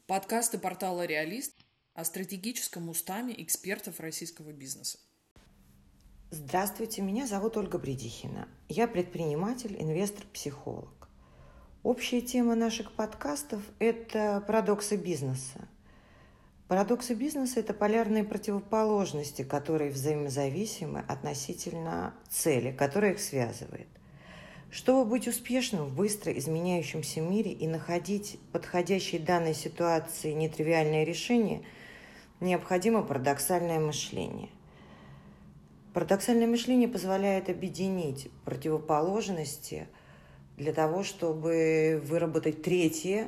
Подкасты портала «Реалист» о стратегическом устаме экспертов российского бизнеса. Здравствуйте, меня зовут Ольга Бредихина. Я предприниматель, инвестор, психолог. Общая тема наших подкастов – это парадоксы бизнеса. Парадоксы бизнеса – это полярные противоположности, которые взаимозависимы относительно цели, которая их связывает. Чтобы быть успешным в быстро изменяющемся мире и находить подходящие данной ситуации нетривиальные решения, необходимо парадоксальное мышление. Парадоксальное мышление позволяет объединить противоположности для того, чтобы выработать третье,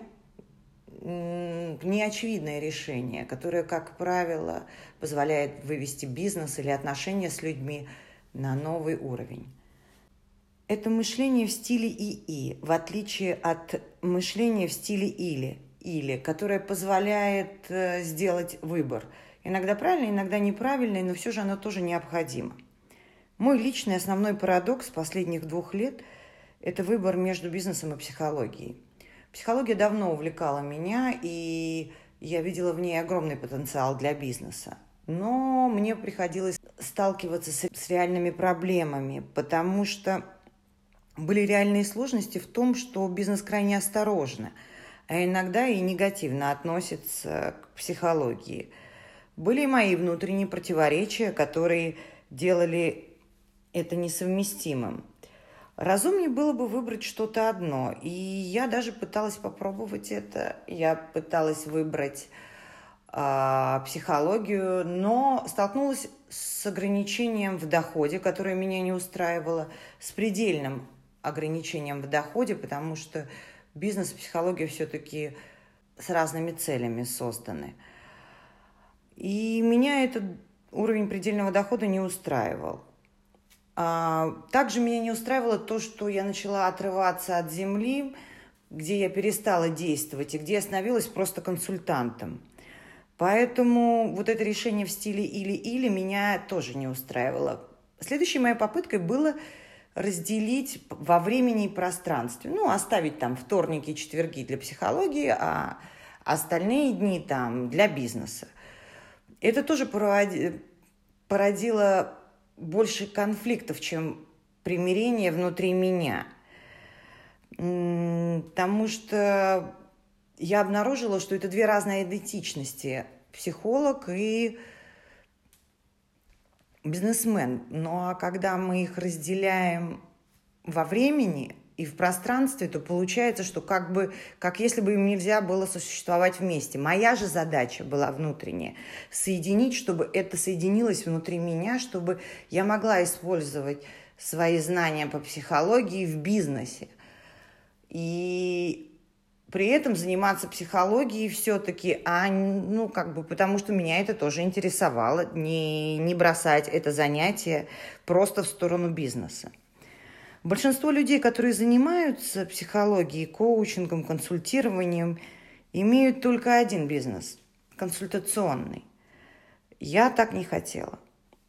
неочевидное решение, которое, как правило, позволяет вывести бизнес или отношения с людьми на новый уровень. Это мышление в стиле ИИ, в отличие от мышления в стиле или, которое позволяет сделать выбор. Иногда правильный, иногда неправильный, но все же оно тоже необходимо. Мой личный основной парадокс последних 2 лет – это выбор между бизнесом и психологией. Психология давно увлекала меня, и я видела в ней огромный потенциал для бизнеса. Но мне приходилось сталкиваться с реальными проблемами, потому что были реальные сложности в том, что бизнес крайне осторожно, а иногда и негативно относится к психологии. Были и мои внутренние противоречия, которые делали это несовместимым. Разумнее было бы выбрать что-то одно, и я даже пыталась попробовать это. Я пыталась выбрать психологию, но столкнулась с ограничением в доходе, которое меня не устраивало, с предельным ограничением в доходе, потому что бизнес и психология все-таки с разными целями созданы. И меня этот уровень предельного дохода не устраивал. Также меня не устраивало то, что я начала отрываться от земли, где я перестала действовать и где я становилась просто консультантом. Поэтому вот это решение в стиле или меня тоже не устраивало. Следующей моей попыткой было разделить во времени и пространстве. Оставить там вторники и четверги для психологии, а остальные дни там для бизнеса. Это тоже породило больше конфликтов, чем примирение внутри меня. Потому что я обнаружила, что это 2 разные идентичности – психолог и бизнесмен. Ну а когда мы их разделяем во времени и в пространстве, то получается, что как если бы им нельзя было сосуществовать вместе. Моя же задача была внутренняя – соединить, чтобы это соединилось внутри меня, чтобы я могла использовать свои знания по психологии в бизнесе. И при этом заниматься психологией все-таки, потому что меня это тоже интересовало, не бросать это занятие просто в сторону бизнеса. Большинство людей, которые занимаются психологией, коучингом, консультированием, имеют только один бизнес – консультационный. Я так не хотела.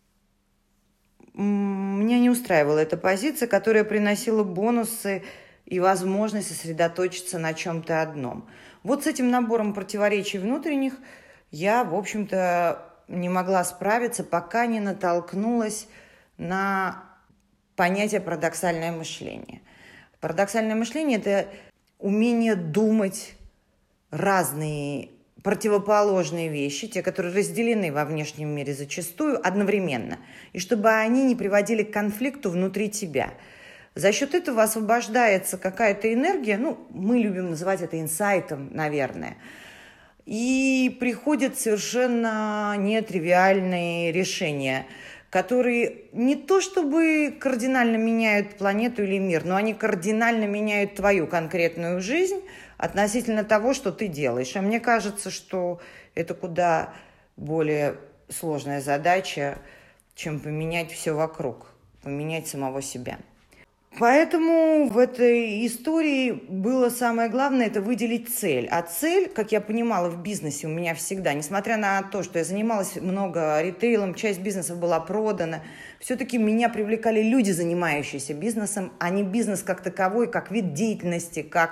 Меня не устраивала эта позиция, которая приносила бонусы и возможность сосредоточиться на чем-то одном. Вот с этим набором противоречий внутренних я, в общем-то, не могла справиться, пока не натолкнулась на понятие парадоксальное мышление. Парадоксальное мышление – это умение думать разные противоположные вещи, те, которые разделены во внешнем мире зачастую, одновременно, и чтобы они не приводили к конфликту внутри тебя. За счет этого освобождается какая-то энергия, мы любим называть это инсайтом, наверное, и приходят совершенно нетривиальные решения, которые не то чтобы кардинально меняют планету или мир, но они кардинально меняют твою конкретную жизнь относительно того, что ты делаешь. А мне кажется, что это куда более сложная задача, чем поменять все вокруг, поменять самого себя. Поэтому в этой истории было самое главное – это выделить цель. А цель, как я понимала, в бизнесе у меня всегда, несмотря на то, что я занималась много ритейлом, часть бизнеса была продана, все-таки меня привлекали люди, занимающиеся бизнесом, а не бизнес как таковой, как вид деятельности, как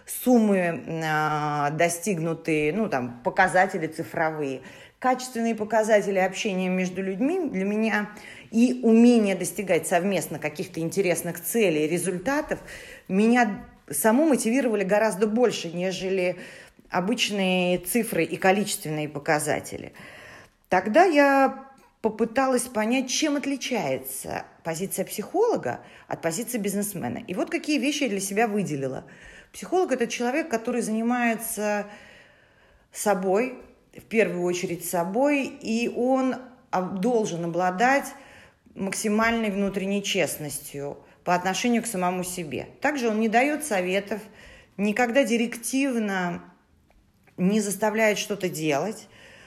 суммы достигнутые, показатели цифровые, качественные показатели общения между людьми для меня и умение достигать совместно каких-то интересных целей, результатов меня саму мотивировали гораздо больше, нежели обычные цифры и количественные показатели. Тогда я попыталась понять, чем отличается позиция психолога от позиции бизнесмена. И вот какие вещи я для себя выделила. Психолог – это человек, который занимается собой, в первую очередь собой, и он должен обладать максимальной внутренней честностью по отношению к самому себе. Также он не дает советов, никогда директивно не заставляет что-то делать,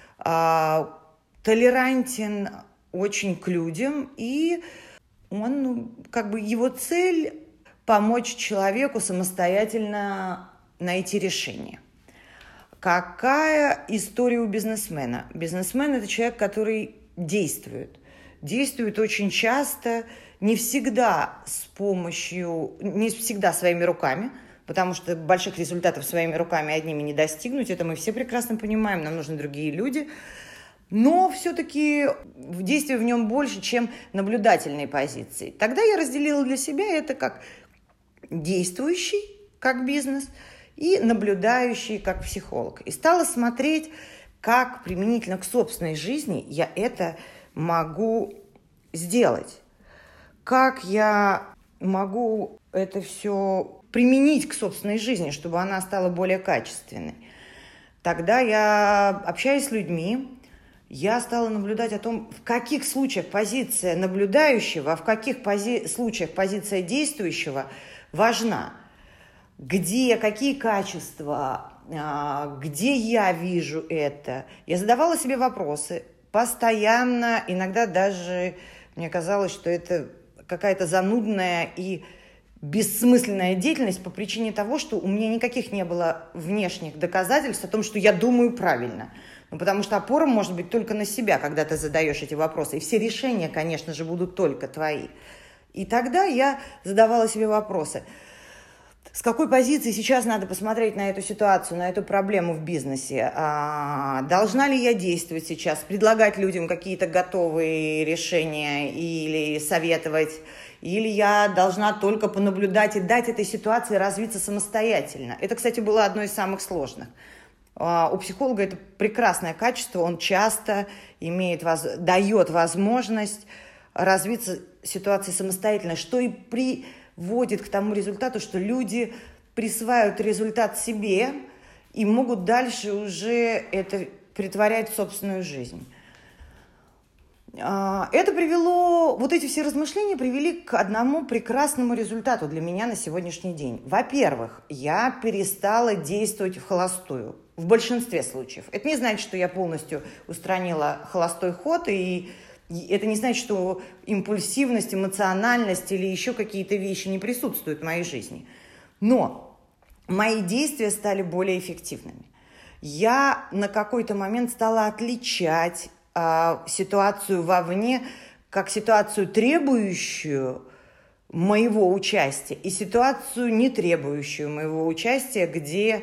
толерантен очень к людям, и он, его цель – помочь человеку самостоятельно найти решение. Какая история у бизнесмена? Бизнесмен – это человек, который действует. Действует очень часто, не всегда своими руками, потому что больших результатов своими руками одними не достигнуть. Это мы все прекрасно понимаем, нам нужны другие люди. Но все-таки действия в нем больше, чем наблюдательные позиции. Тогда я разделила для себя это как действующий, как бизнес, и наблюдающий, как психолог. И стала смотреть, как применительно к собственной жизни я это могу сделать. Как я могу это все применить к собственной жизни, чтобы она стала более качественной. Тогда я, общаясь с людьми, я стала наблюдать о том, в каких случаях позиция наблюдающего, а в каких случаях позиция действующего важна. Где, какие качества, где я вижу это. Я задавала себе вопросы постоянно, иногда даже мне казалось, что это какая-то занудная и бессмысленная деятельность по причине того, что у меня никаких не было внешних доказательств о том, что я думаю правильно. Потому что опора может быть только на себя, когда ты задаешь эти вопросы. И все решения, конечно же, будут только твои. И тогда я задавала себе вопросы. С какой позиции сейчас надо посмотреть на эту ситуацию, на эту проблему в бизнесе? Должна ли я действовать сейчас, предлагать людям какие-то готовые решения или советовать? Или я должна только понаблюдать и дать этой ситуации развиться самостоятельно? Это, кстати, было одно из самых сложных. У психолога это прекрасное качество, он часто дает возможность развиться ситуации самостоятельно, что и приводит к тому результату, что люди присваивают результат себе и могут дальше уже это претворять в собственную жизнь. Это привело, вот эти все размышления привели к одному прекрасному результату для меня на сегодняшний день. Во-первых, я перестала действовать в холостую. В большинстве случаев. Это не значит, что я полностью устранила холостой ход, и это не значит, что импульсивность, эмоциональность или еще какие-то вещи не присутствуют в моей жизни. Но мои действия стали более эффективными. Я на какой-то момент стала отличать ситуацию вовне как ситуацию, требующую моего участия, и ситуацию, не требующую моего участия, где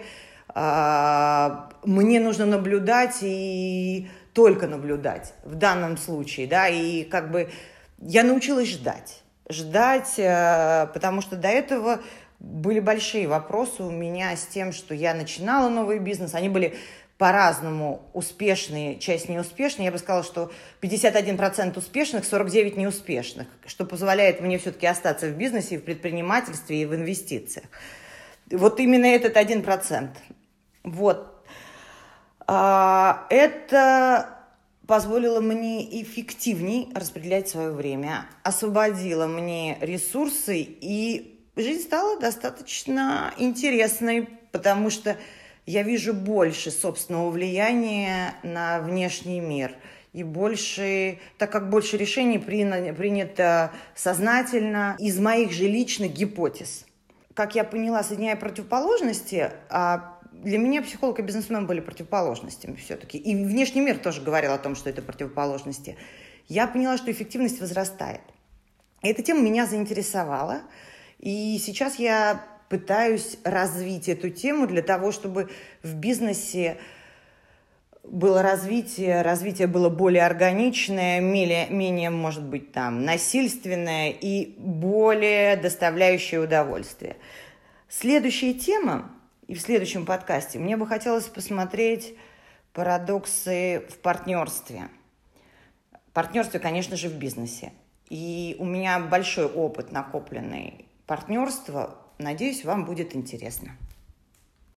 мне нужно наблюдать и только наблюдать в данном случае, да, и я научилась ждать, потому что до этого были большие вопросы у меня с тем, что я начинала новый бизнес, они были по-разному успешные, часть неуспешные. Я бы сказала, что 51% успешных, 49% неуспешных, что позволяет мне все-таки остаться в бизнесе, в предпринимательстве и в инвестициях. Вот именно этот 1%. Вот. Это позволило мне эффективней распределять свое время, освободило мне ресурсы, и жизнь стала достаточно интересной, потому что я вижу больше собственного влияния на внешний мир. И больше, так как больше решений принято сознательно из моих же личных гипотез. Как я поняла, соединяя противоположности, для меня психолог и бизнесмен были противоположностями все-таки. И внешний мир тоже говорил о том, что это противоположности. Я поняла, что эффективность возрастает. Эта тема меня заинтересовала. И сейчас я пытаюсь развить эту тему для того, чтобы в бизнесе было развитие было более органичное, менее, может быть, там, насильственное и более доставляющее удовольствие. Следующая тема, и в следующем подкасте, мне бы хотелось посмотреть парадоксы в партнерстве. Партнерстве, конечно же, в бизнесе. И у меня большой опыт накопленный партнерства. Надеюсь, вам будет интересно.